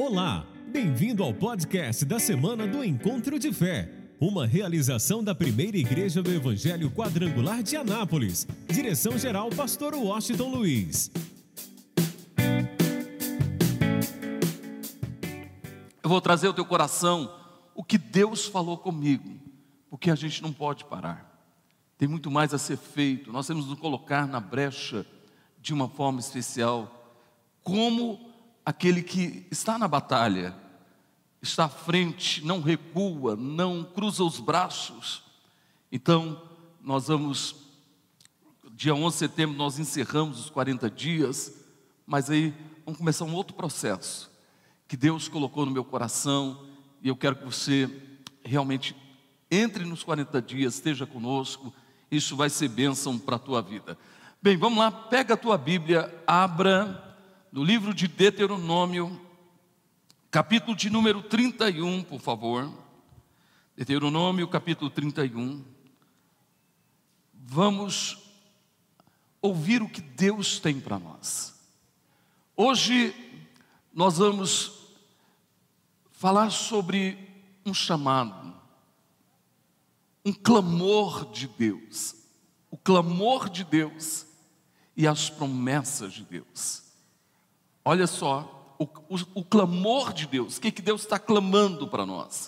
Olá, bem-vindo ao podcast da Semana do Encontro de Fé, uma realização da Primeira Igreja do Evangelho Quadrangular de Anápolis. Direção-geral, Pastor Washington Luiz. Eu vou trazer ao teu coração o que Deus falou comigo, porque a gente não pode parar. Tem muito mais a ser feito. Nós temos que nos colocar na brecha de uma forma especial, como aquele que está na batalha, está à frente, não recua, não cruza os braços. Então, nós vamos, dia 11 de setembro, nós encerramos os 40 dias, mas aí vamos começar um outro processo, que Deus colocou no meu coração, e eu quero que você realmente entre nos 40 dias, esteja conosco, isso vai ser bênção para a tua vida. Bem, vamos lá, pega a tua Bíblia, abra no livro de Deuteronômio, capítulo de número 31, por favor. Deuteronômio, capítulo 31. Vamos ouvir o que Deus tem para nós. Hoje nós vamos falar sobre um chamado, um clamor de Deus, o clamor de Deus e as promessas de Deus. Olha só, o clamor de Deus, o que Deus está clamando para nós,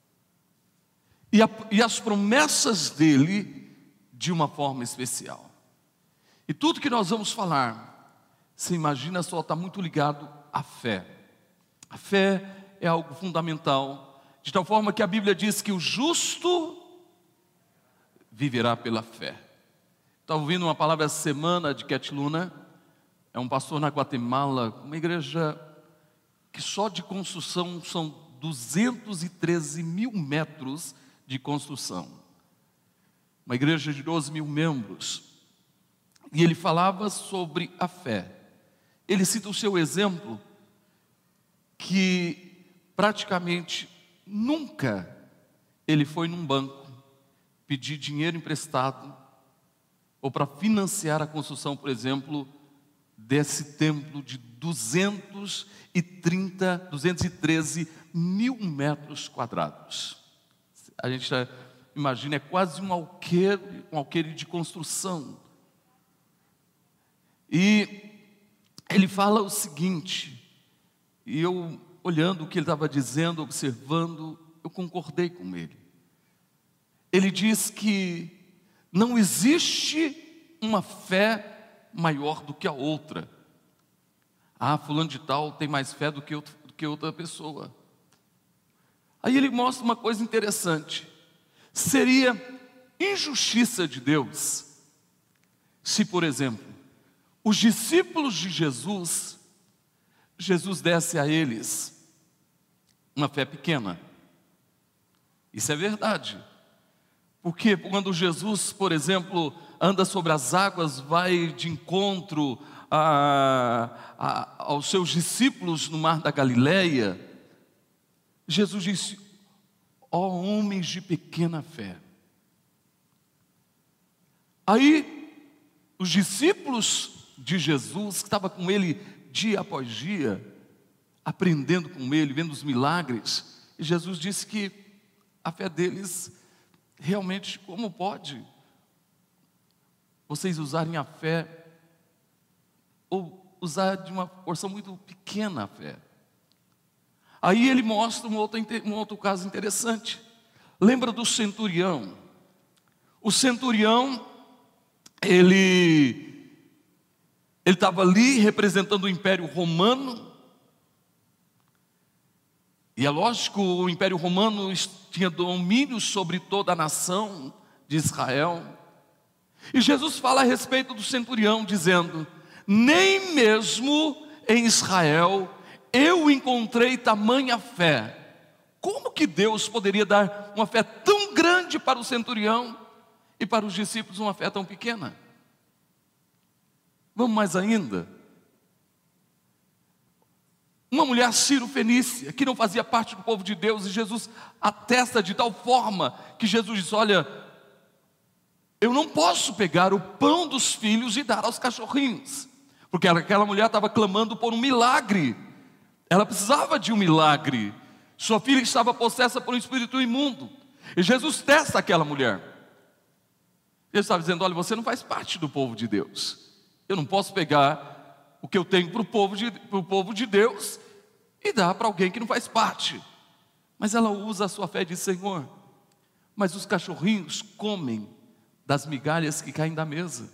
e as promessas dele de uma forma especial. E tudo que nós vamos falar, você imagina só, está muito ligado à fé. A fé é algo fundamental, de tal forma que a Bíblia diz que o justo viverá pela fé. Estava ouvindo uma palavra essa semana de Cat Luna, é um pastor na Guatemala, uma igreja que só de construção são 213 mil metros de construção. Uma igreja de 12 mil membros. E ele falava sobre a fé. Ele cita o seu exemplo, que praticamente nunca ele foi num banco pedir dinheiro emprestado ou para financiar a construção, por exemplo, desse templo de 213 mil metros quadrados. A gente imagina, é quase um alqueire de construção. E ele fala o seguinte, e eu, olhando o que ele estava dizendo, observando, eu concordei com ele. Ele diz que não existe uma fé maior do que a outra. Ah, fulano de tal tem mais fé do que outra pessoa. Aí ele mostra uma coisa interessante. Seria injustiça de Deus se, por exemplo, os discípulos de Jesus desse a eles uma fé pequena. Isso é verdade. Porque quando Jesus, por exemplo, anda sobre as águas, vai de encontro aos seus discípulos no mar da Galileia, Jesus disse: ó homens de pequena fé. Aí, os discípulos de Jesus, que estavam com ele dia após dia, aprendendo com ele, vendo os milagres, e Jesus disse que a fé deles, realmente, como pode vocês usarem a fé, ou usar de uma porção muito pequena a fé? Aí ele mostra um outro caso interessante. Lembra do centurião? O centurião, ele estava ali representando o Império Romano. E é lógico, o Império Romano tinha domínio sobre toda a nação de Israel. E Jesus fala a respeito do centurião, dizendo: nem mesmo em Israel eu encontrei tamanha fé. Como que Deus poderia dar uma fé tão grande para o centurião e para os discípulos uma fé tão pequena? Vamos mais ainda. Uma mulher sírio-fenícia, que não fazia parte do povo de Deus, e Jesus atesta de tal forma que Jesus diz: olha, eu não posso pegar o pão dos filhos e dar aos cachorrinhos, porque aquela mulher estava clamando por um milagre. Ela precisava de um milagre. Sua filha estava possessa por um espírito imundo. E Jesus testa aquela mulher. Ele estava dizendo: olha, você não faz parte do povo de Deus. Eu não posso pegar o que eu tenho para o povo de Deus e dar para alguém que não faz parte. Mas ela usa a sua fé e diz: Senhor, mas os cachorrinhos comem das migalhas que caem da mesa.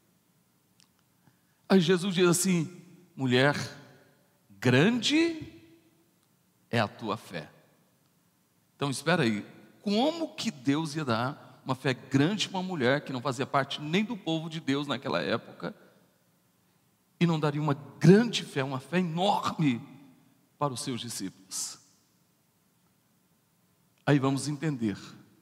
Aí Jesus diz assim: mulher, grande é a tua fé. Então espera aí, como que Deus ia dar uma fé grande para uma mulher que não fazia parte nem do povo de Deus naquela época, e não daria uma grande fé, uma fé enorme para os seus discípulos? Aí vamos entender.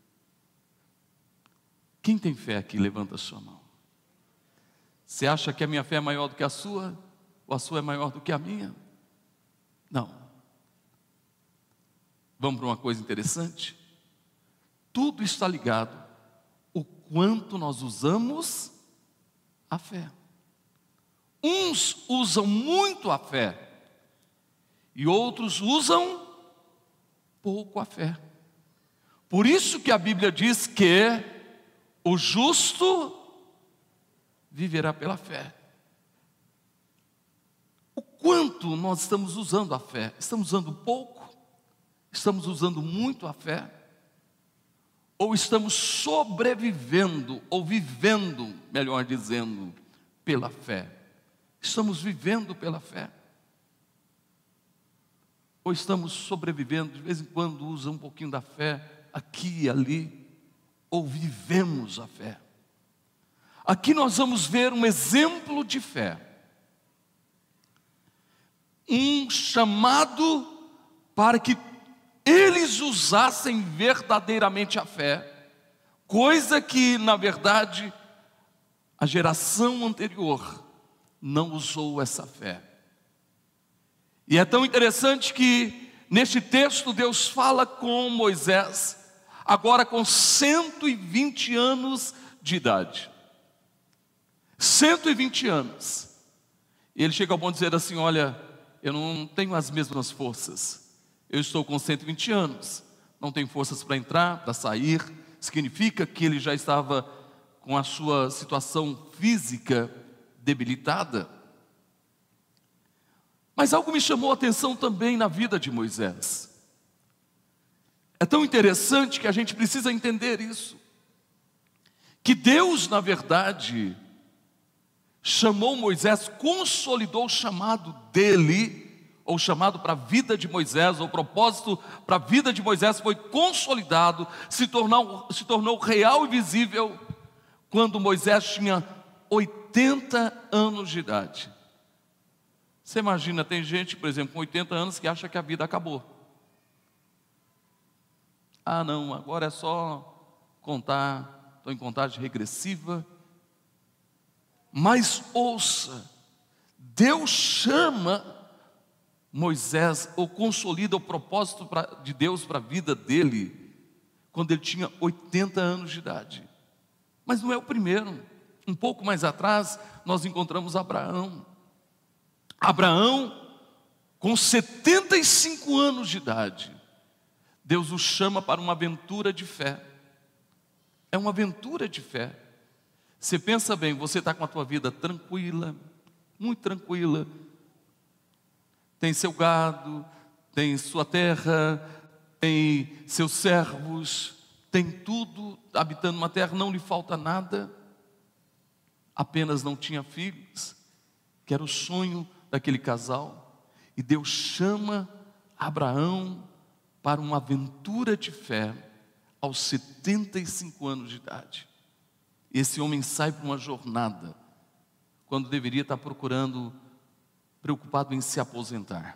Quem tem fé aqui, levanta a sua mão. Você acha que a minha fé é maior do que a sua? Ou a sua é maior do que a minha? Não. Vamos para uma coisa interessante? Tudo está ligado o quanto nós usamos a fé. Uns usam muito a fé e outros usam pouco a fé. Por isso que a Bíblia diz que o justo viverá pela fé. O quanto nós estamos usando a fé? Estamos usando pouco? Estamos usando muito a fé? Ou estamos sobrevivendo, ou vivendo, melhor dizendo, pela fé? Estamos vivendo pela fé? Ou estamos sobrevivendo, de vez em quando usa um pouquinho da fé, aqui e ali, ou vivemos a fé? Aqui nós vamos ver um exemplo de fé. Um chamado para que eles usassem verdadeiramente a fé, coisa que, na verdade, a geração anterior não usou essa fé. E é tão interessante que, neste texto, Deus fala com Moisés, agora com 120 anos de idade. 120 anos. E ele chega ao ponto de dizer assim: olha, eu não tenho as mesmas forças. Eu estou com 120 anos, não tenho forças para entrar, para sair. Significa que ele já estava com a sua situação física debilitada. Mas algo me chamou a atenção também na vida de Moisés. É tão interessante que a gente precisa entender isso, que Deus, na verdade, chamou Moisés, consolidou o chamado dele, ou chamado para a vida de Moisés, ou o propósito para a vida de Moisés foi consolidado, se tornou real e visível quando Moisés tinha 80 anos de idade. Você imagina, tem gente, por exemplo, com 80 anos que acha que a vida acabou. Ah não, agora é só contar, estou em contagem regressiva. Mas ouça, Deus chama Moisés, ou consolida o propósito de Deus para a vida dele, quando ele tinha 80 anos de idade. Mas não é o primeiro. Um pouco mais atrás, nós encontramos Abraão. Abraão, com 75 anos de idade, Deus o chama para uma aventura de fé. É uma aventura de fé. Você pensa bem, você está com a tua vida tranquila, muito tranquila, tem seu gado, tem sua terra, tem seus servos, tem tudo, habitando uma terra, não lhe falta nada, apenas não tinha filhos, que era o sonho daquele casal, e Deus chama Abraão para uma aventura de fé aos 75 anos de idade. Esse homem sai para uma jornada, quando deveria estar preocupado em se aposentar.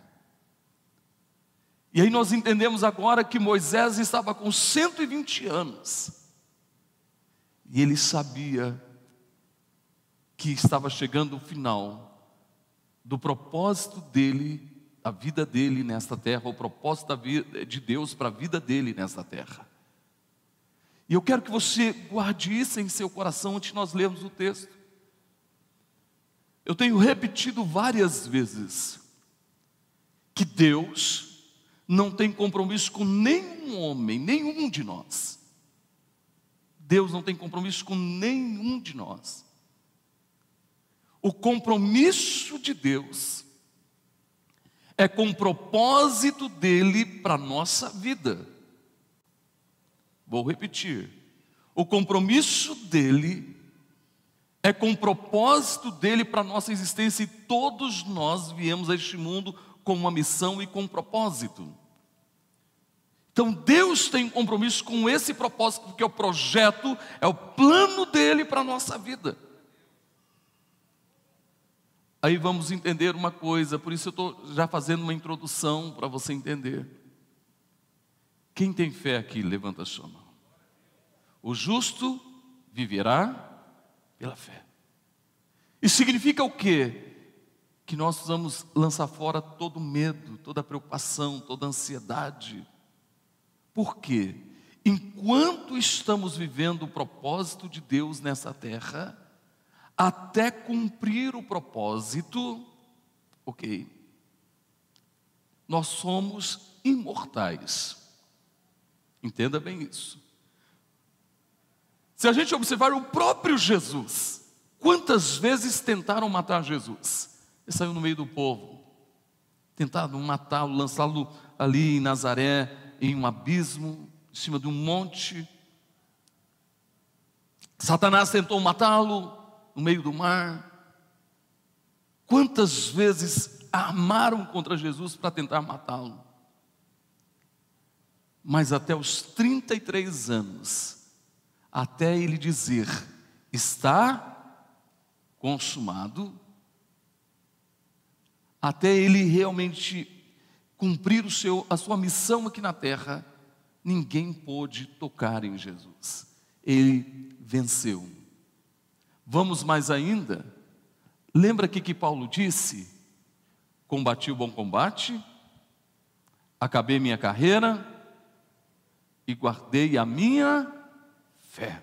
E aí nós entendemos agora que Moisés estava com 120 anos, e ele sabia que estava chegando o final do propósito dele, da vida dele nesta terra, o propósito de Deus para a vida dele nesta terra. E eu quero que você guarde isso em seu coração antes de nós lermos o texto. Eu tenho repetido várias vezes que Deus não tem compromisso com nenhum homem, nenhum de nós. Deus não tem compromisso com nenhum de nós. O compromisso de Deus é com o propósito dele para a nossa vida. Vou repetir. O compromisso dele é com o propósito dele para a nossa existência, e todos nós viemos a este mundo com uma missão e com um propósito. Então Deus tem um compromisso com esse propósito, porque o projeto é o plano dele para a nossa vida. Aí vamos entender uma coisa, por isso eu estou já fazendo uma introdução para você entender. Quem tem fé aqui, levanta a sua mão. O justo viverá pela fé. Isso significa o quê? Que nós vamos lançar fora todo medo, toda preocupação, toda ansiedade. Por quê? Enquanto estamos vivendo o propósito de Deus nessa terra, até cumprir o propósito, ok, nós somos imortais. Entenda bem isso. Se a gente observar o próprio Jesus, quantas vezes tentaram matar Jesus? Ele saiu no meio do povo, tentaram matá-lo, lançá-lo ali em Nazaré, em um abismo, em cima de um monte. Satanás tentou matá-lo no meio do mar. Quantas vezes armaram contra Jesus para tentar matá-lo? Mas até os 33 anos, até ele dizer, está consumado, até ele realmente cumprir a sua missão aqui na terra, ninguém pôde tocar em Jesus. Ele venceu. Vamos mais ainda. Lembra aqui que Paulo disse: combati o bom combate, acabei minha carreira e guardei a minha fé.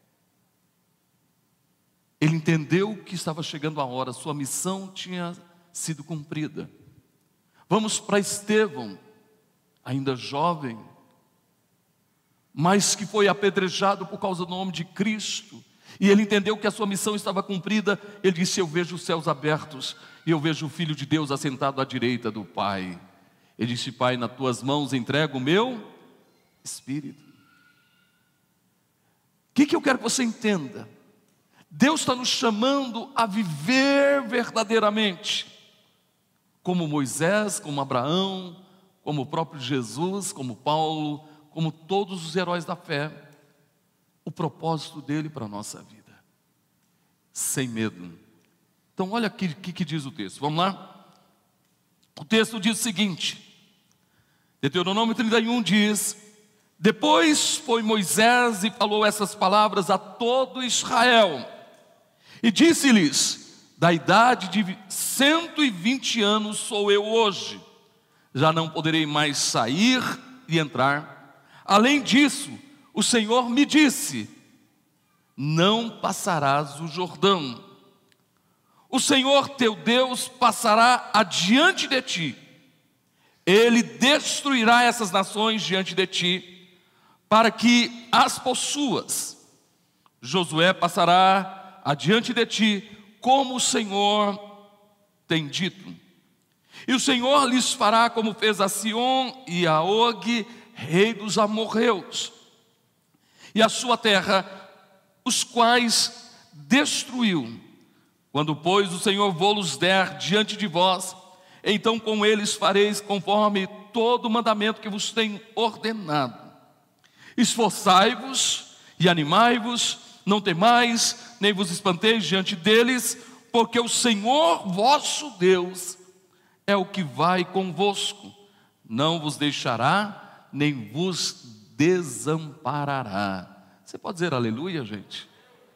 Ele entendeu que estava chegando a hora, sua missão tinha sido cumprida. Vamos para Estevão, ainda jovem, mas que foi apedrejado por causa do nome de Cristo, e ele entendeu que a sua missão estava cumprida. Ele disse: eu vejo os céus abertos, e eu vejo o Filho de Deus assentado à direita do Pai. Ele disse: Pai, nas tuas mãos entrego o meu espírito. O que eu quero que você entenda? Deus está nos chamando a viver verdadeiramente, como Moisés, como Abraão, como o próprio Jesus, como Paulo, como todos os heróis da fé, o propósito dele para a nossa vida, sem medo. Então olha aqui o que diz o texto, vamos lá? O texto diz o seguinte, Deuteronômio 31 diz: depois foi Moisés e falou essas palavras a todo Israel, e disse-lhes: da idade de 120 anos sou eu hoje, já não poderei mais sair e entrar. Além disso, o Senhor me disse: não passarás o Jordão. O Senhor teu Deus passará adiante de ti. Ele destruirá essas nações diante de ti, para que as possuas. Josué passará adiante de ti, como o Senhor tem dito. E o Senhor lhes fará como fez a Sion e a Og, rei dos amorreus, e a sua terra, os quais destruiu. Quando, pois, o Senhor vô-los der diante de vós, então com eles fareis conforme todo o mandamento que vos tenho ordenado. Esforçai-vos e animai-vos, não temais, nem vos espanteis diante deles, porque o Senhor vosso Deus é o que vai convosco, não vos deixará, nem vos desamparará. Você pode dizer aleluia, gente?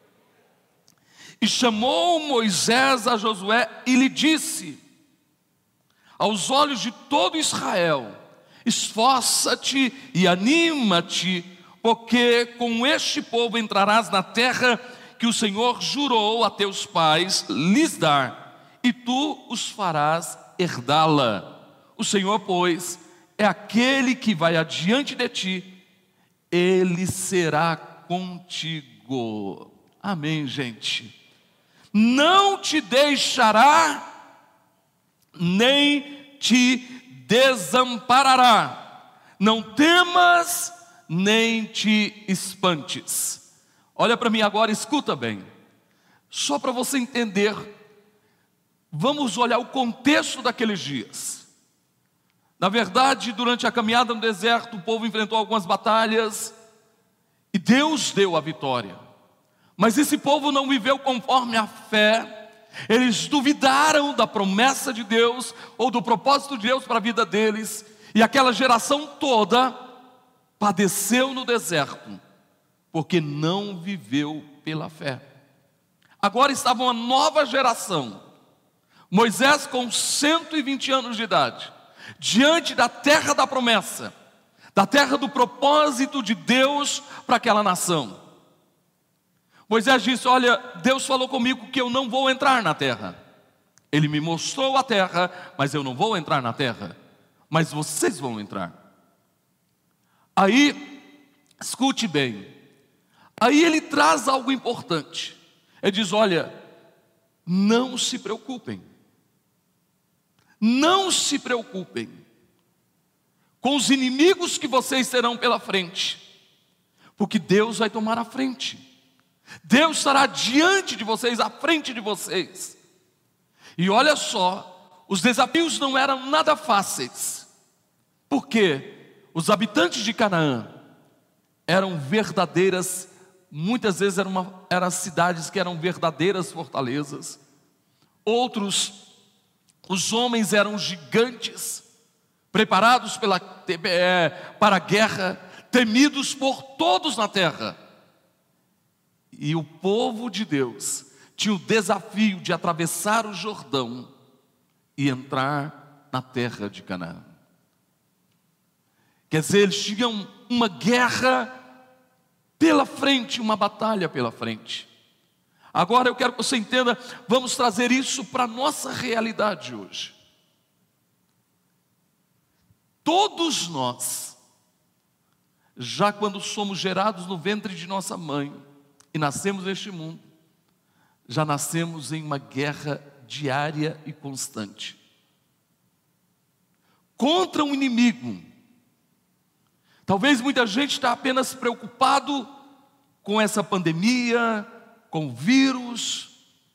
E chamou Moisés a Josué e lhe disse, aos olhos de todo Israel: esforça-te e anima-te, porque com este povo entrarás na terra que o Senhor jurou a teus pais lhes dar, e tu os farás herdá-la. O Senhor, pois, é aquele que vai adiante de ti, Ele será contigo. Amém, gente? Não te deixará, nem te desamparará. Não temas, nem te espantes. Olha para mim agora, escuta bem. Só para você entender, vamos olhar o contexto daqueles dias. Na verdade, durante a caminhada no deserto, o povo enfrentou algumas batalhas e Deus deu a vitória. Mas esse povo não viveu conforme a fé. Eles duvidaram da promessa de Deus ou do propósito de Deus para a vida deles. E aquela geração toda padeceu no deserto, porque não viveu pela fé. Agora estava uma nova geração. Moisés com 120 anos de idade, diante da terra da promessa, da terra do propósito de Deus para aquela nação. Moisés disse: olha, Deus falou comigo que eu não vou entrar na terra. Ele me mostrou a terra, mas eu não vou entrar na terra. Mas vocês vão entrar. Aí, escute bem. Aí ele traz algo importante. Ele diz: olha, não se preocupem. Não se preocupem com os inimigos que vocês terão pela frente, porque Deus vai tomar a frente. Deus estará diante de vocês, à frente de vocês. E olha só, os desafios não eram nada fáceis, porque os habitantes de Canaã eram verdadeiras, muitas vezes eram cidades que eram verdadeiras fortalezas. Outros, os homens eram gigantes, preparados para a guerra, temidos por todos na terra. E o povo de Deus tinha o desafio de atravessar o Jordão e entrar na terra de Canaã. Quer dizer, eles tinham uma guerra pela frente, uma batalha pela frente. Agora eu quero que você entenda, vamos trazer isso para a nossa realidade hoje. Todos nós, já quando somos gerados no ventre de nossa mãe e nascemos neste mundo, já nascemos em uma guerra diária e constante contra um inimigo. Talvez muita gente está apenas preocupado com essa pandemia, com o vírus,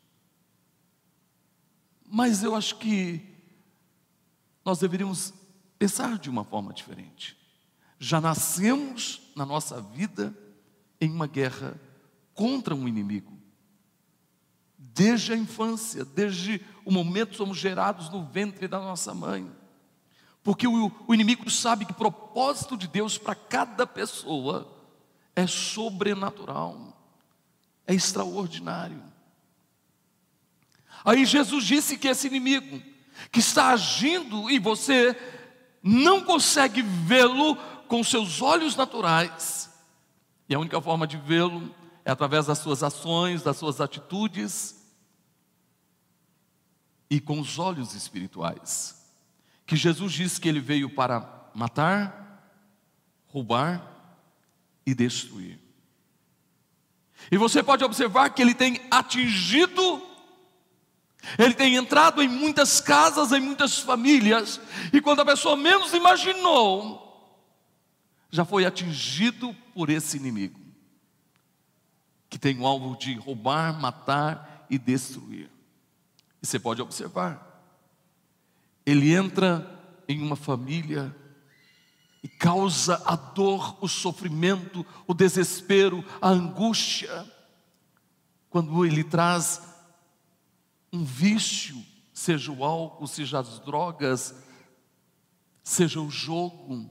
mas eu acho que nós deveríamos pensar de uma forma diferente. Já nascemos na nossa vida em uma guerra contra um inimigo. Desde a infância, desde o momento que somos gerados no ventre da nossa mãe. Porque o inimigo sabe que o propósito de Deus para cada pessoa é sobrenatural, é extraordinário. Aí Jesus disse que esse inimigo que está agindo e você não consegue vê-lo com seus olhos naturais, e a única forma de vê-lo é através das suas ações, das suas atitudes e com os olhos espirituais. Que Jesus disse que ele veio para matar, roubar e destruir. E você pode observar que ele tem atingido, ele tem entrado em muitas casas, em muitas famílias, e quando a pessoa menos imaginou, já foi atingido por esse inimigo, que tem o alvo de roubar, matar e destruir. E você pode observar, ele entra em uma família e causa a dor, o sofrimento, o desespero, a angústia, quando ele traz um vício, seja o álcool, seja as drogas, seja o jogo.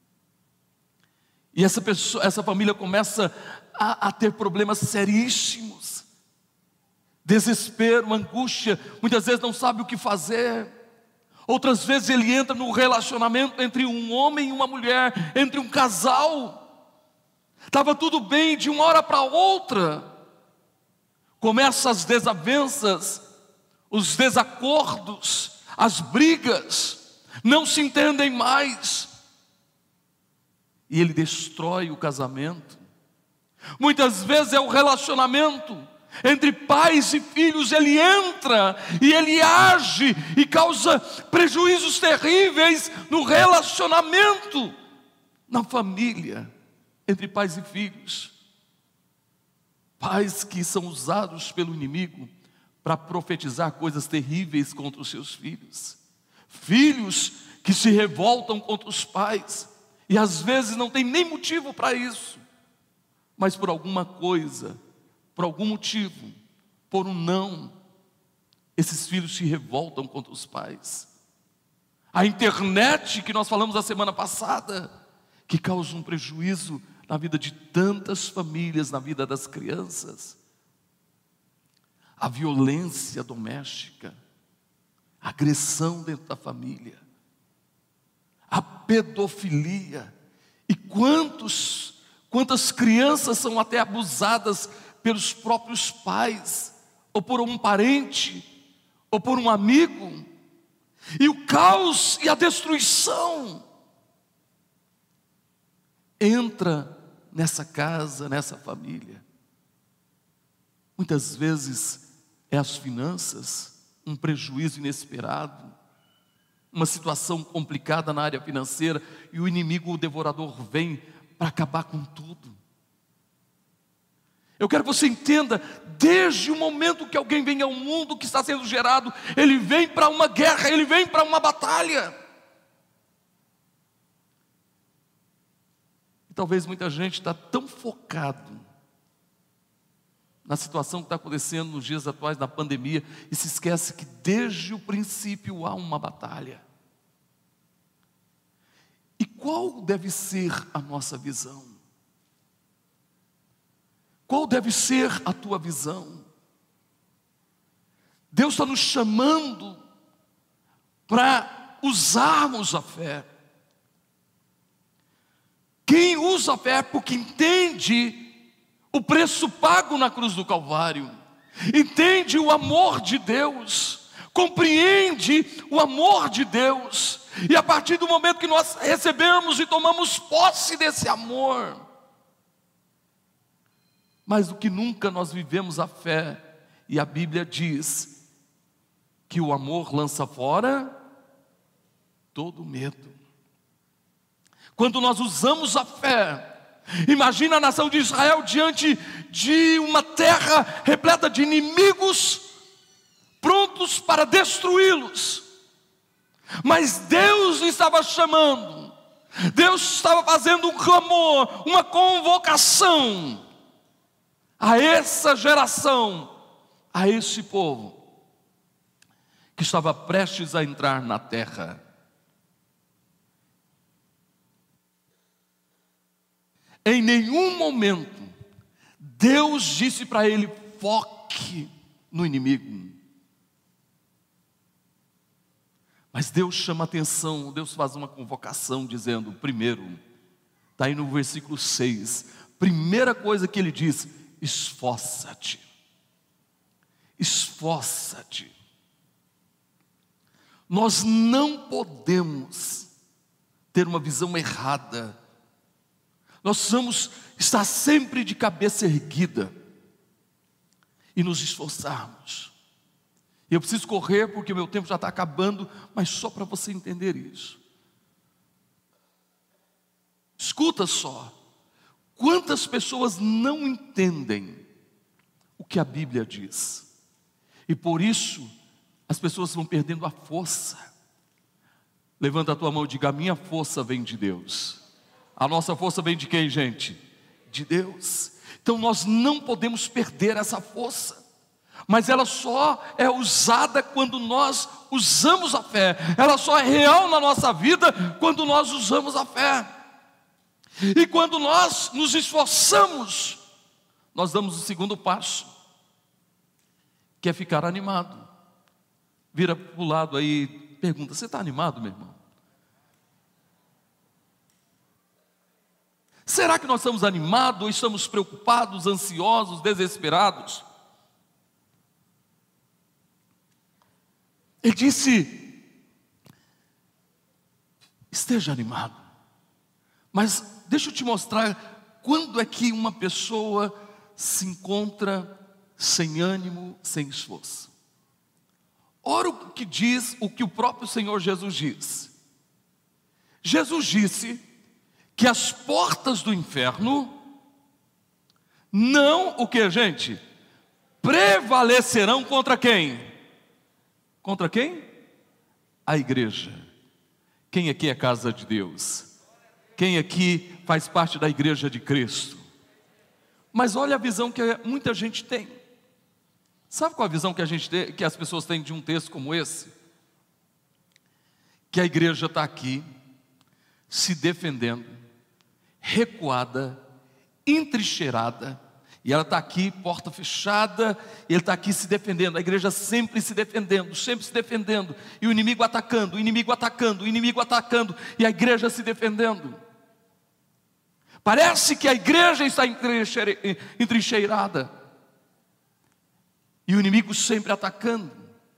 E essa família começa a ter problemas seríssimos, desespero, angústia, muitas vezes não sabe o que fazer. Outras vezes ele entra no relacionamento entre um homem e uma mulher, entre um casal. Estava tudo bem, de uma hora para outra começam as desavenças, os desacordos, as brigas. não se entendem mais, e ele destrói o casamento. Muitas vezes é o relacionamento entre pais e filhos, ele entra e ele age e causa prejuízos terríveis no relacionamento, na família, entre pais e filhos. Pais que são usados pelo inimigo para profetizar coisas terríveis contra os seus filhos. Filhos que se revoltam contra os pais, e às vezes não tem nem motivo para isso, mas por alguma coisa, por algum motivo, por um não, esses filhos se revoltam contra os pais. A internet, que nós falamos a semana passada, que causa um prejuízo na vida de tantas famílias, na vida das crianças. A violência doméstica, a agressão dentro da família, a pedofilia, e quantas crianças são até abusadas pelos próprios pais, ou por um parente, ou por um amigo, e o caos e a destruição entra nessa casa, nessa família. Muitas vezes é as finanças, um prejuízo inesperado, uma situação complicada na área financeira, e o inimigo, o devorador, vem para acabar com tudo. Eu quero que você entenda, desde o momento que alguém vem ao mundo que está sendo gerado, ele vem para uma guerra, ele vem para uma batalha. E talvez muita gente está tão focado na situação que está acontecendo nos dias atuais, na pandemia, e se esquece que desde o princípio há uma batalha. E qual deve ser a nossa visão? Qual deve ser a tua visão? Deus está nos chamando para usarmos a fé. Quem usa a fé é porque entende o preço pago na cruz do Calvário, entende o amor de Deus, compreende o amor de Deus, e a partir do momento que nós recebemos e tomamos posse desse amor, mais do que nunca nós vivemos a fé, e a Bíblia diz que o amor lança fora todo medo. Quando nós usamos a fé, imagina a nação de Israel diante de uma terra repleta de inimigos, prontos para destruí-los. Mas Deus estava chamando, Deus estava fazendo um clamor, uma convocação a essa geração, a esse povo, que estava prestes a entrar na terra. Em nenhum momento Deus disse para ele: foque no inimigo. Mas Deus chama atenção, Deus faz uma convocação dizendo, primeiro, está aí no versículo 6, primeira coisa que ele diz: esforça-te. Esforça-te. Nós não podemos ter uma visão errada. Nós precisamos estar sempre de cabeça erguida e nos esforçarmos. Eu preciso correr porque o meu tempo já está acabando, mas só para você entender isso. Escuta só, quantas pessoas não entendem o que a Bíblia diz, e por isso as pessoas vão perdendo a força. Levanta a tua mão e diga: a minha força vem de Deus. A nossa força vem de quem, gente? De Deus. Então nós não podemos perder essa força, mas ela só é usada quando nós usamos a fé. Ela só é real na nossa vida quando nós usamos a fé. E quando nós nos esforçamos, nós damos o segundo passo, que é ficar animado. Vira para o lado aí, pergunta: você está animado, meu irmão? Será que nós estamos animados ou estamos preocupados, ansiosos, desesperados? Ele disse esteja animado. Mas deixa eu te mostrar quando é que uma pessoa se encontra sem ânimo, sem esforço. Ora o que diz, o que o próprio Senhor Jesus diz. Jesus disse que as portas do inferno não, o que, gente? Prevalecerão contra quem? Contra quem? A igreja. Quem aqui é casa de Deus? Quem aqui faz parte da igreja de Cristo? Mas olha a visão que muita gente tem. Sabe qual a visão que a gente tem, que as pessoas têm de um texto como esse? Que a igreja está aqui, se defendendo, recuada, entrincheirada, e ela está aqui, porta fechada, e ele está aqui se defendendo, a igreja sempre se defendendo, e o inimigo atacando, o inimigo atacando, o inimigo atacando, e a igreja se defendendo. Parece que a igreja está entrincheirada, e o inimigo sempre atacando.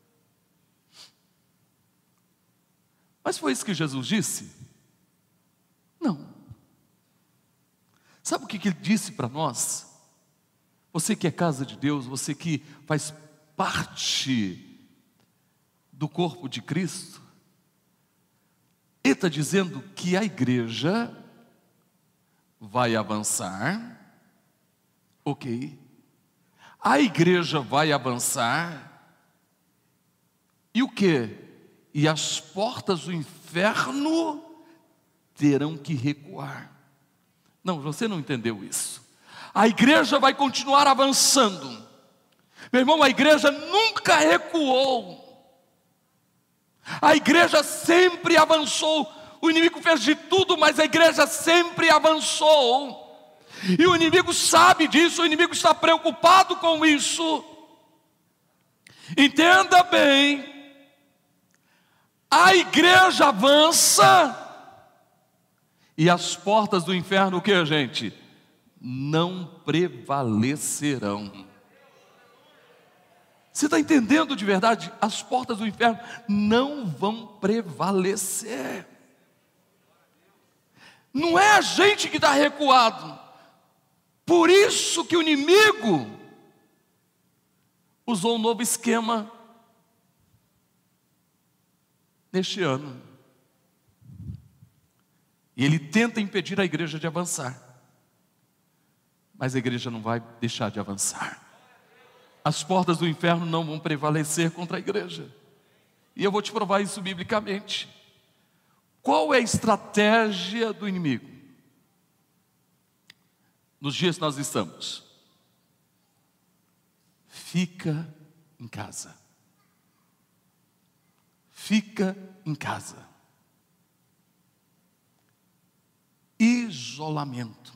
Mas foi isso que Jesus disse? Não. Sabe o que ele disse para nós? Você que é casa de Deus, você que faz parte do corpo de Cristo, ele está dizendo que a igreja vai avançar, ok? A igreja vai avançar, e o que? E as portas do inferno terão que recuar. Não, você não entendeu isso. A igreja vai continuar avançando. Meu irmão, a igreja nunca recuou. A igreja sempre avançou. O inimigo fez de tudo, mas a igreja sempre avançou. E o inimigo sabe disso, o inimigo está preocupado com isso. Entenda bem. A igreja avança, e as portas do inferno, o que, gente? Não prevalecerão. Você está entendendo de verdade? As portas do inferno não vão prevalecer. Não é a gente que está recuado. Por isso que o inimigo usou um novo esquema neste ano. E ele tenta impedir a igreja de avançar. Mas a igreja não vai deixar de avançar. As portas do inferno não vão prevalecer contra a igreja. E eu vou te provar isso biblicamente. Qual é a estratégia do inimigo? Nos dias que nós estamos. Fica em casa. Fica em casa. Isolamento.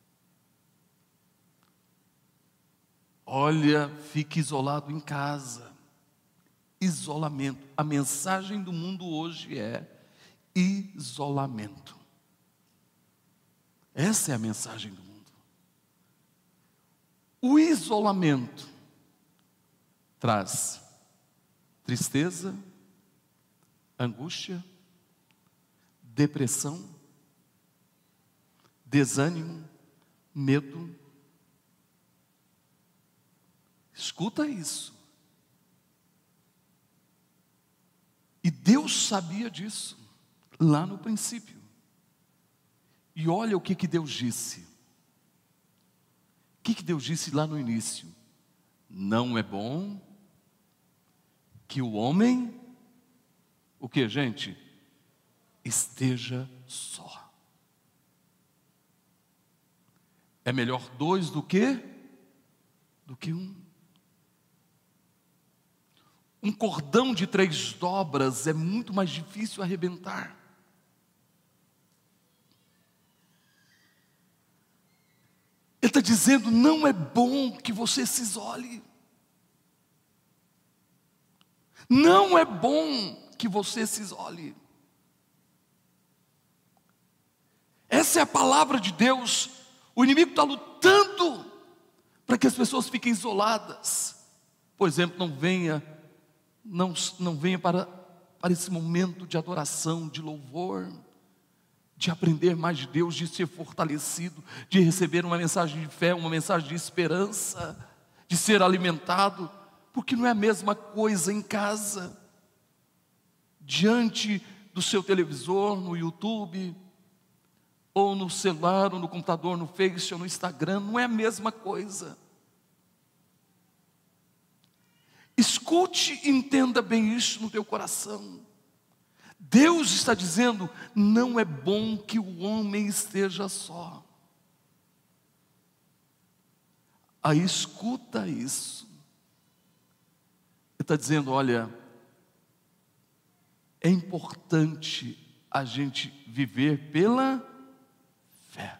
Olha, fique isolado em casa. Isolamento. A mensagem do mundo hoje é isolamento. Essa é a mensagem do mundo. O isolamento traz tristeza, angústia, depressão, desânimo, medo. Escuta isso. E Deus sabia disso lá no princípio. E olha o que Deus disse. O que Deus disse lá no início? Não é bom que o homem, o que, gente? Esteja só. É melhor dois do que um. Um cordão de 3 dobras é muito mais difícil arrebentar. Ele está dizendo, não é bom que você se isole. Não é bom que você se isole. Essa é a palavra de Deus. O inimigo está lutando para que as pessoas fiquem isoladas. Por exemplo, não venha para esse momento de adoração, de louvor. de aprender mais de Deus, de ser fortalecido, de receber uma mensagem de fé, uma mensagem de esperança, de ser alimentado, porque não é a mesma coisa em casa, diante do seu televisor, no YouTube, ou no celular, ou no computador, no Face, ou no Instagram, não é a mesma coisa. Escute e entenda bem isso no teu coração. Deus está dizendo, não é bom que o homem esteja só. Aí escuta isso. Ele está dizendo, olha, é importante a gente viver pela fé.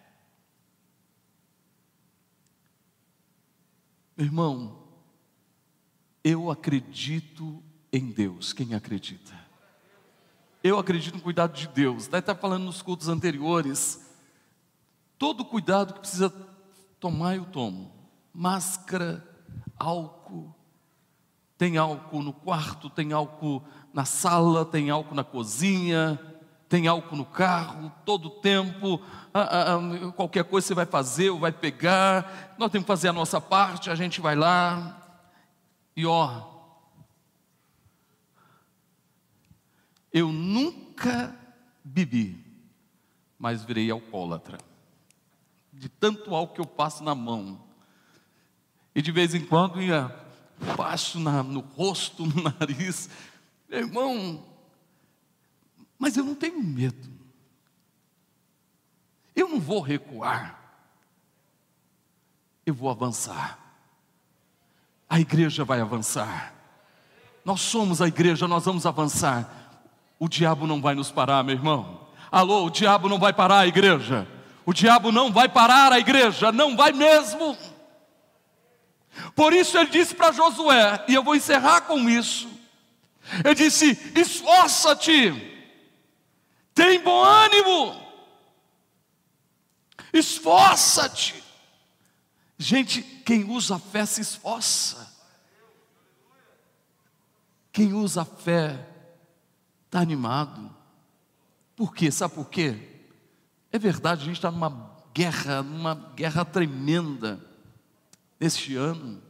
Meu irmão, eu acredito em Deus. Quem acredita? Eu acredito no cuidado de Deus. Daí está falando nos cultos anteriores. Todo cuidado que precisa tomar, eu tomo. Máscara, álcool. Tem álcool no quarto, tem álcool na sala, tem álcool na cozinha, tem álcool no carro, todo o tempo. Qualquer coisa você vai fazer ou vai pegar. Nós temos que fazer a nossa parte, a gente vai lá. E ó, eu nunca bebi, mas virei alcoólatra. De tanto álcool que eu passo na mão. E de vez em quando passo no rosto, no nariz. Meu irmão, mas eu não tenho medo. Eu não vou recuar. Eu vou avançar. A igreja vai avançar. Nós somos a igreja, nós vamos avançar. O diabo não vai nos parar, meu irmão. Alô, o diabo não vai parar a igreja. O diabo não vai parar a igreja, não vai mesmo. Por isso ele disse para Josué, e eu vou encerrar com isso. Ele disse, esforça-te, tem bom ânimo, esforça-te. Gente, quem usa a fé se esforça. Quem usa a fé está animado. Por quê? Sabe por quê? É verdade, a gente está numa guerra tremenda neste ano.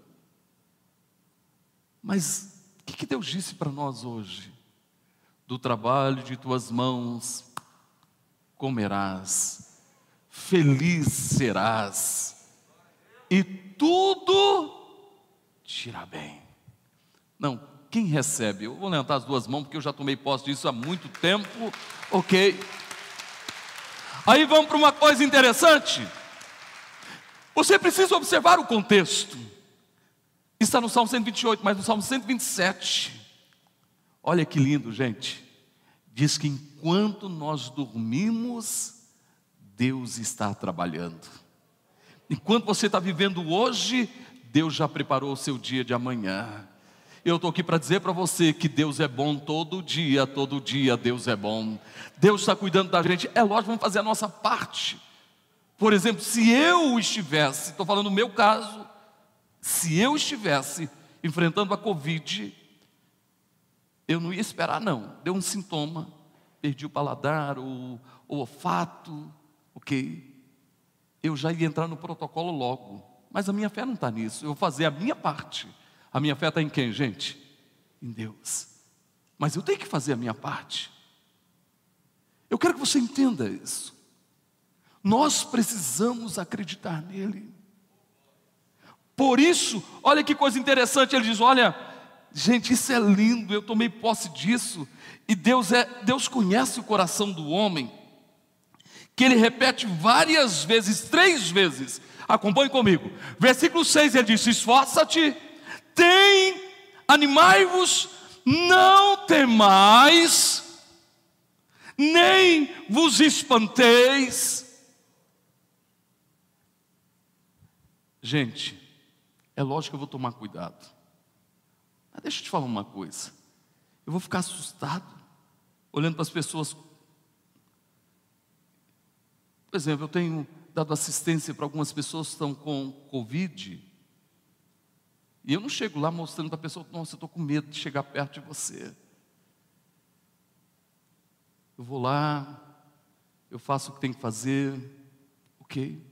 Mas o que Deus disse para nós hoje? Do trabalho de tuas mãos comerás, feliz serás, e tudo te irá bem. Não, quem recebe? Eu vou levantar as duas mãos, porque eu já tomei posse disso há muito tempo, ok? Aí vamos para uma coisa interessante. Você precisa observar o contexto. Está no Salmo 128, mas no Salmo 127, olha que lindo, gente. Diz que enquanto nós dormimos, Deus está trabalhando. Enquanto você está vivendo hoje, Deus já preparou o seu dia de amanhã. Eu estou aqui para dizer para você que Deus é bom todo dia Deus é bom. Deus está cuidando da gente. É lógico, vamos fazer a nossa parte. Por exemplo, se eu estivesse, estou falando no meu caso, se eu estivesse enfrentando a Covid, eu não ia esperar não. Deu um sintoma, perdi o paladar, o olfato, ok? Eu já ia entrar no protocolo logo. Mas a minha fé não está nisso, eu vou fazer a minha parte. A minha fé está em quem, gente? Em Deus. Mas eu tenho que fazer a minha parte. Eu quero que você entenda isso. Nós precisamos acreditar nele. Por isso, olha que coisa interessante, ele diz, olha, gente, isso é lindo, eu tomei posse disso. E Deus conhece o coração do homem, que ele repete várias vezes, 3 vezes. Acompanhe comigo. Versículo 6, ele diz, esforça-te, animai-vos, não temais, nem vos espanteis. Gente, é lógico que eu vou tomar cuidado. Mas deixa eu te falar uma coisa. Eu vou ficar assustado olhando para as pessoas. Por exemplo, eu tenho dado assistência para algumas pessoas que estão com Covid. E eu não chego lá mostrando para a pessoa, nossa, eu estou com medo de chegar perto de você. Eu vou lá, eu faço o que tenho que fazer, ok.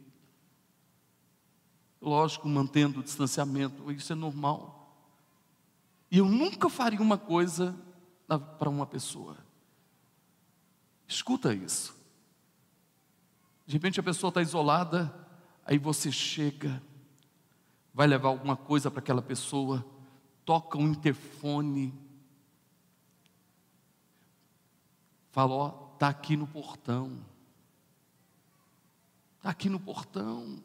Lógico, mantendo o distanciamento, isso é normal. E eu nunca faria uma coisa para uma pessoa. Escuta isso. De repente a pessoa está isolada, aí você chega, vai levar alguma coisa para aquela pessoa, toca um interfone, fala, ó, está aqui no portão. Está aqui no portão.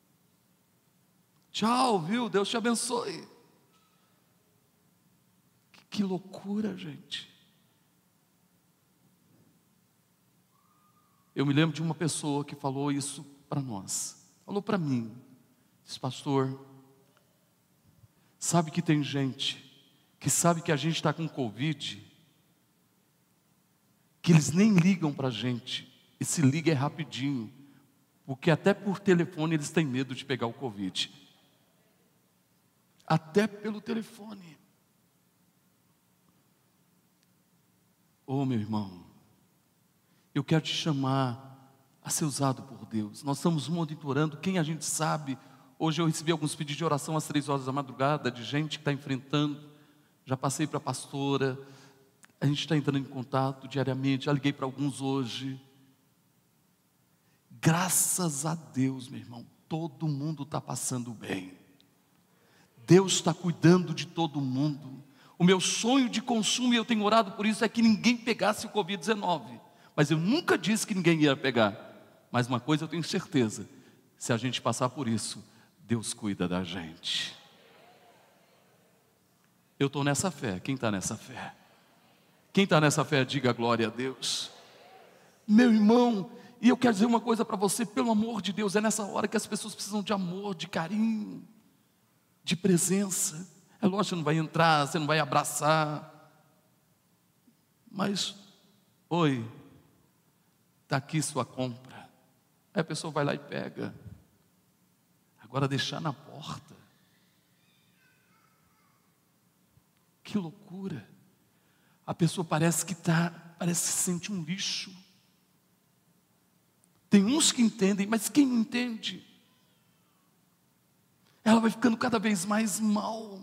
Tchau, viu? Deus te abençoe. Que loucura, gente. Eu me lembro de uma pessoa que falou isso para nós. Falou para mim. Disse, pastor, sabe que tem gente que sabe que a gente está com Covid, que eles nem ligam para a gente, e se liga é rapidinho, porque até por telefone eles têm medo de pegar o Covid. Até pelo telefone. Oh, meu irmão, eu quero te chamar a ser usado por Deus. Nós estamos monitorando quem a gente sabe. Hoje eu recebi alguns pedidos de oração às 3 horas da madrugada, de gente que está enfrentando. Já passei para a pastora. A gente está entrando em contato diariamente. Já liguei para alguns hoje. Graças a Deus, meu irmão, todo mundo está passando bem. Deus está cuidando de todo mundo. O meu sonho de consumo, e eu tenho orado por isso, é que ninguém pegasse o Covid-19. Mas eu nunca disse que ninguém ia pegar. Mas uma coisa eu tenho certeza: se a gente passar por isso, Deus cuida da gente. Eu estou nessa fé. Quem está nessa fé? Quem está nessa fé, diga glória a Deus. Meu irmão, e eu quero dizer uma coisa para você, pelo amor de Deus, é nessa hora que as pessoas precisam de amor, de carinho, de presença. É lógico que você não vai entrar, você não vai abraçar. Mas, oi, está aqui sua compra. Aí a pessoa vai lá e pega. Agora deixar na porta. Que loucura. A pessoa parece que se sente um lixo. Tem uns que entendem, mas quem não entende? Ela vai ficando cada vez mais mal.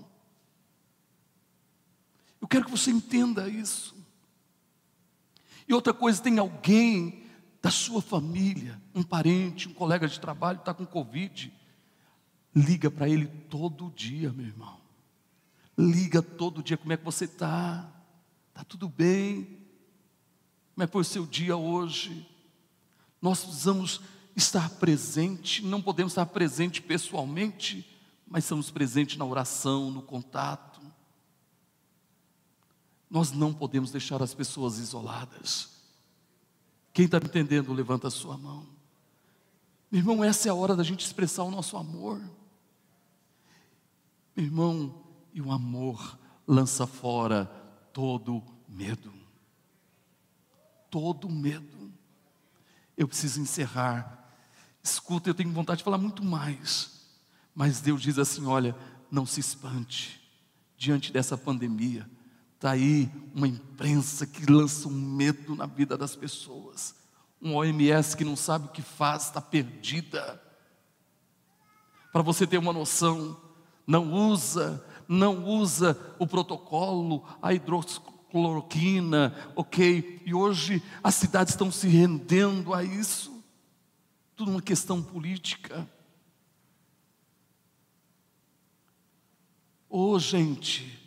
Eu quero que você entenda isso. E outra coisa, tem alguém da sua família, um parente, um colega de trabalho, está com Covid, liga para ele todo dia, meu irmão. Liga todo dia, como é que você está? Está tudo bem? Como é que foi o seu dia hoje? Nós precisamos estar presente, não podemos estar presente pessoalmente, mas estamos presentes na oração, no contato. Nós não podemos deixar as pessoas isoladas. Quem está me entendendo, levanta a sua mão. Meu irmão, essa é a hora da gente expressar o nosso amor. Meu irmão, e o amor lança fora todo medo. Todo medo. Eu preciso encerrar. Escuta, eu tenho vontade de falar muito mais. Mas Deus diz assim, olha, não se espante. Diante dessa pandemia, está aí uma imprensa que lança um medo na vida das pessoas. Um OMS que não sabe o que faz, está perdida. Para você ter uma noção, não usa o protocolo, a hidroxicloroquina, ok? E hoje as cidades estão se rendendo a isso. Tudo uma questão política. Ô, gente,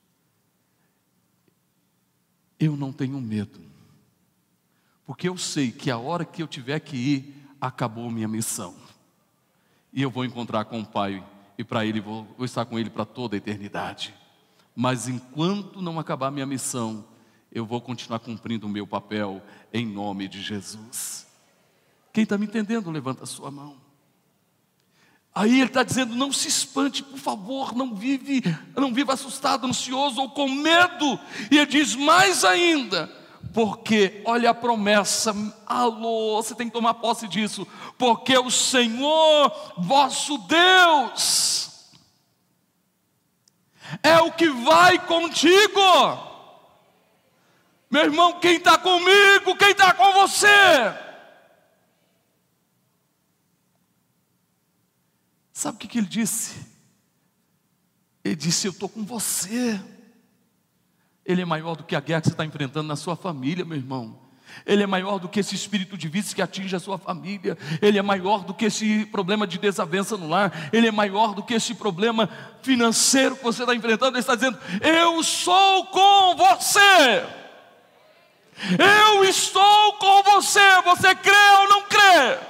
eu não tenho medo, porque eu sei que a hora que eu tiver que ir, acabou minha missão, e eu vou encontrar com o Pai, e para Ele vou estar com Ele para toda a eternidade. Mas enquanto não acabar minha missão, eu vou continuar cumprindo o meu papel, em nome de Jesus. Quem está me entendendo, levanta a sua mão. Aí ele está dizendo, não se espante, por favor, não viva assustado, ansioso ou com medo. E ele diz mais ainda, porque olha a promessa, alô, você tem que tomar posse disso, porque o Senhor vosso Deus é o que vai contigo. Meu irmão, quem está comigo, quem está com você? Sabe o que ele disse? Ele disse: eu estou com você. Ele é maior do que a guerra que você está enfrentando na sua família, meu irmão. Ele é maior do que esse espírito de vício que atinge a sua família. Ele é maior do que esse problema de desavença no lar. Ele é maior do que esse problema financeiro que você está enfrentando. Ele está dizendo: eu sou com você. Eu estou com você. Você crê ou não crê?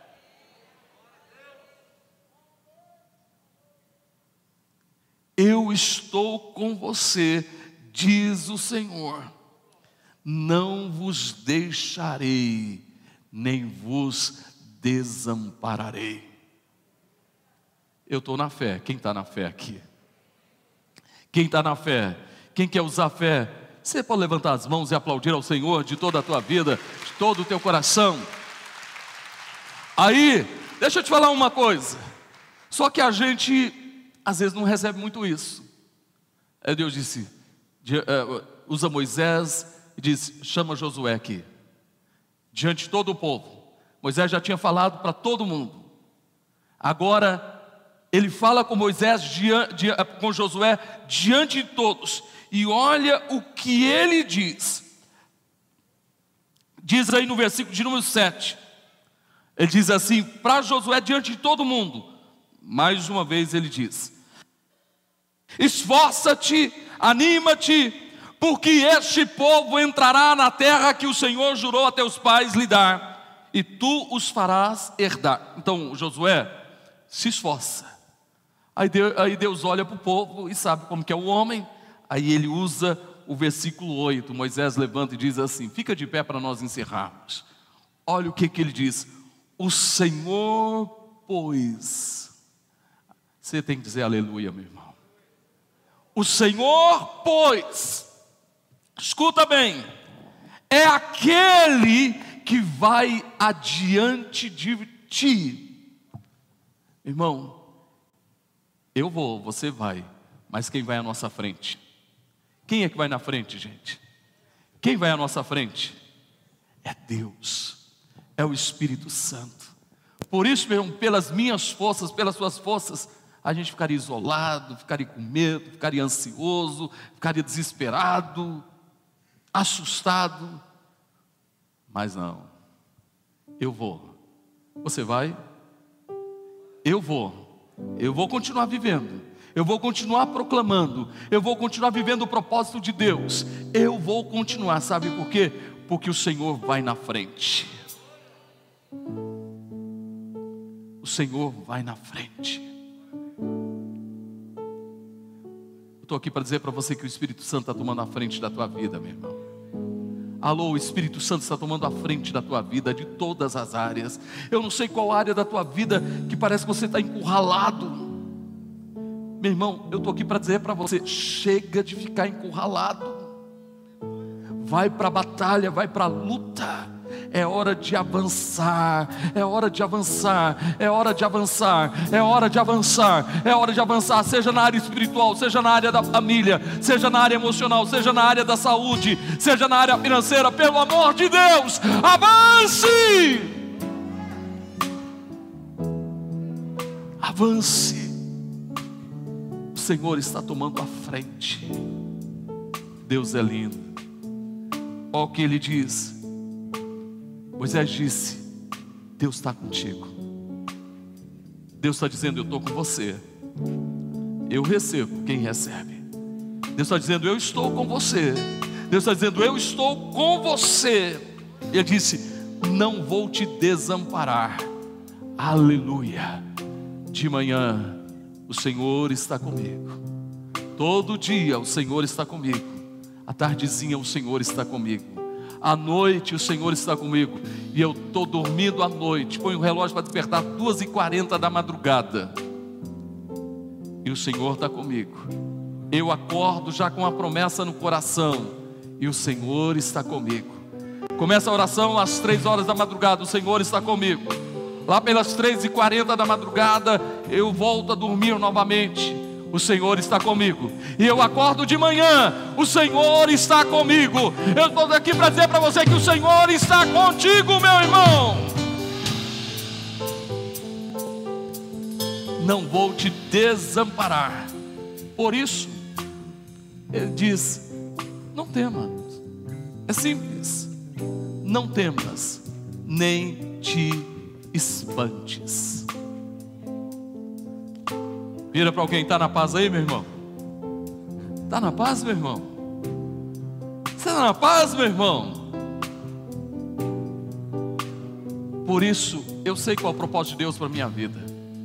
Eu estou com você, diz o Senhor. Não vos deixarei, nem vos desampararei. Eu estou na fé. Quem está na fé aqui? Quem está na fé? Quem quer usar a fé? Você pode levantar as mãos e aplaudir ao Senhor de toda a tua vida, de todo o teu coração. Aí, deixa eu te falar uma coisa. Só que a gente às vezes não recebe muito isso. Aí Deus disse, usa Moisés e diz: chama Josué aqui, diante de todo o povo. Moisés já tinha falado para todo mundo. Agora ele fala com Moisés, com Josué, diante de todos. E olha o que ele diz. Diz aí no versículo de número 7. Ele diz assim, para Josué, diante de todo mundo. Mais uma vez ele diz: esforça-te, anima-te, porque este povo entrará na terra que o Senhor jurou a teus pais lhe dar, e tu os farás herdar. Então Josué, se esforça. Aí Deus olha para o povo e sabe como que é o homem. Aí ele usa o versículo 8. Moisés levanta e diz assim, fica de pé para nós encerrarmos. Olha o que ele diz: o Senhor, pois. Você tem que dizer aleluia, meu irmão. O Senhor, pois, escuta bem, é aquele que vai adiante de ti. Irmão, eu vou, você vai, mas quem vai à nossa frente? Quem é que vai na frente, gente? Quem vai à nossa frente? É Deus, é o Espírito Santo. Por isso, meu irmão, pelas minhas forças, pelas suas forças, a gente ficaria isolado, ficaria com medo, ficaria ansioso, ficaria desesperado, assustado. Mas não, eu vou. Você vai? Eu vou continuar vivendo, eu vou continuar proclamando, eu vou continuar vivendo o propósito de Deus. Eu vou continuar, sabe por quê? Porque o Senhor vai na frente. O Senhor vai na frente. Eu estou aqui para dizer para você que o Espírito Santo está tomando a frente da tua vida, meu irmão. Alô, o Espírito Santo está tomando a frente da tua vida, de todas as áreas. Eu não sei qual área da tua vida que parece que você está encurralado. Meu irmão, eu estou aqui para dizer para você: chega de ficar encurralado. Vai para a batalha, vai para a luta. É hora de avançar, é hora de avançar, é hora de avançar, é hora de avançar, é hora de avançar, seja na área espiritual, seja na área da família, seja na área emocional, seja na área da saúde, seja na área financeira. Pelo amor de Deus, avance! Avance. O Senhor está tomando a frente. Deus é lindo. Olha o que Ele diz. Moisés disse: Deus está contigo. Deus está dizendo: eu estou com você. Eu recebo quem recebe. Deus está dizendo: eu estou com você. Deus está dizendo: eu estou com você. Ele disse: não vou te desamparar. Aleluia. De manhã o Senhor está comigo. Todo dia o Senhor está comigo. À tardezinha o Senhor está comigo. À noite o Senhor está comigo. E eu estou dormindo à noite. Põe o relógio para despertar 2h40 da madrugada. E o Senhor está comigo. Eu acordo já com a promessa no coração. E o Senhor está comigo. Começa a oração às 3 horas da madrugada. O Senhor está comigo. Lá pelas 3h40 da madrugada eu volto a dormir novamente. O Senhor está comigo. E eu acordo de manhã. O Senhor está comigo. Eu estou aqui para dizer para você que o Senhor está contigo, meu irmão. não vou te desamparar. Por isso, ele diz: não temas. É simples. Não temas, nem te espantes. Vira para alguém: está na paz aí, meu irmão? Está na paz, meu irmão? Você está na paz, meu irmão? Por isso, eu sei qual é o propósito de Deus para a minha vida.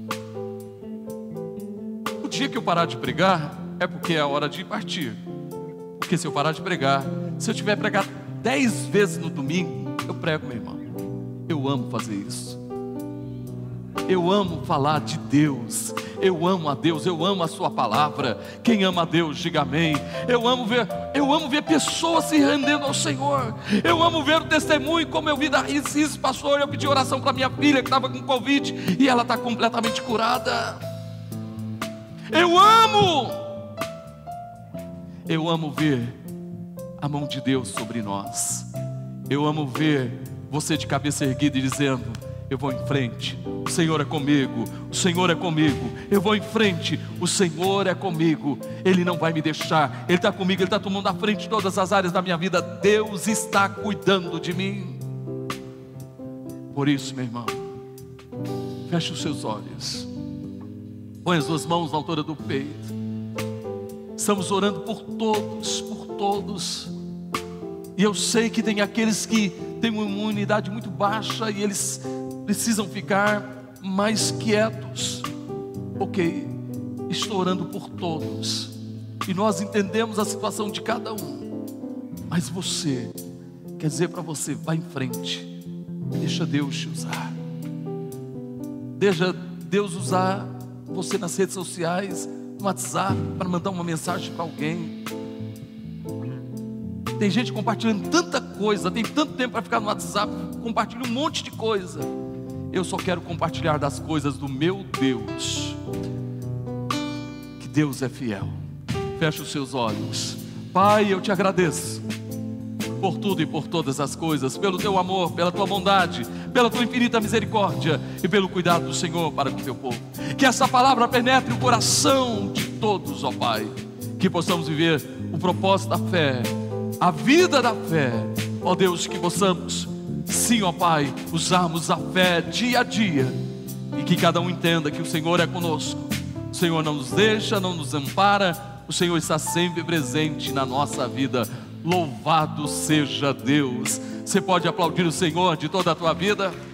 O dia que eu parar de pregar, é porque é a hora de partir. Porque se eu parar de pregar, se eu tiver pregado 10 vezes no domingo, eu prego, meu irmão. Eu amo fazer isso. Eu amo falar de Deus. Eu amo a Deus, eu amo a sua palavra. Quem ama a Deus, diga amém. Eu amo ver pessoas se rendendo ao Senhor. Eu amo ver o testemunho, como eu vi da Riz, pastor. Eu pedi oração para minha filha que estava com Covid e ela está completamente curada. Eu amo ver a mão de Deus sobre nós. Eu amo ver você de cabeça erguida e dizendo: eu vou em frente, o Senhor é comigo, o Senhor é comigo. Eu vou em frente, o Senhor é comigo. Ele não vai me deixar, Ele está comigo, Ele está tomando a frente de todas as áreas da minha vida. Deus está cuidando de mim. Por isso, meu irmão, feche os seus olhos, põe as suas mãos na altura do peito. Estamos orando por todos, e eu sei que tem aqueles que têm uma imunidade muito baixa e eles precisam ficar mais quietos. Ok, estou orando por todos, e nós entendemos a situação de cada um, mas você, quer dizer para você: vá em frente, deixa Deus te usar. Deixa Deus usar você nas redes sociais, no WhatsApp, para mandar uma mensagem para alguém. Tem gente compartilhando tanta coisa, tem tanto tempo para ficar no WhatsApp, compartilha um monte de coisa. Eu só quero compartilhar das coisas do meu Deus, que Deus é fiel. Feche os seus olhos. Pai, eu te agradeço por tudo e por todas as coisas, pelo teu amor, pela tua bondade, pela tua infinita misericórdia e pelo cuidado do Senhor para com o teu povo. Que essa palavra penetre o coração de todos, ó Pai, que possamos viver o propósito da fé, a vida da fé, ó Deus, que possamos, sim, ó Pai, usarmos a fé dia a dia, e que cada um entenda que o Senhor é conosco. O Senhor não nos deixa, não nos ampara, o Senhor está sempre presente na nossa vida. Louvado seja Deus. Você pode aplaudir o Senhor de toda a tua vida?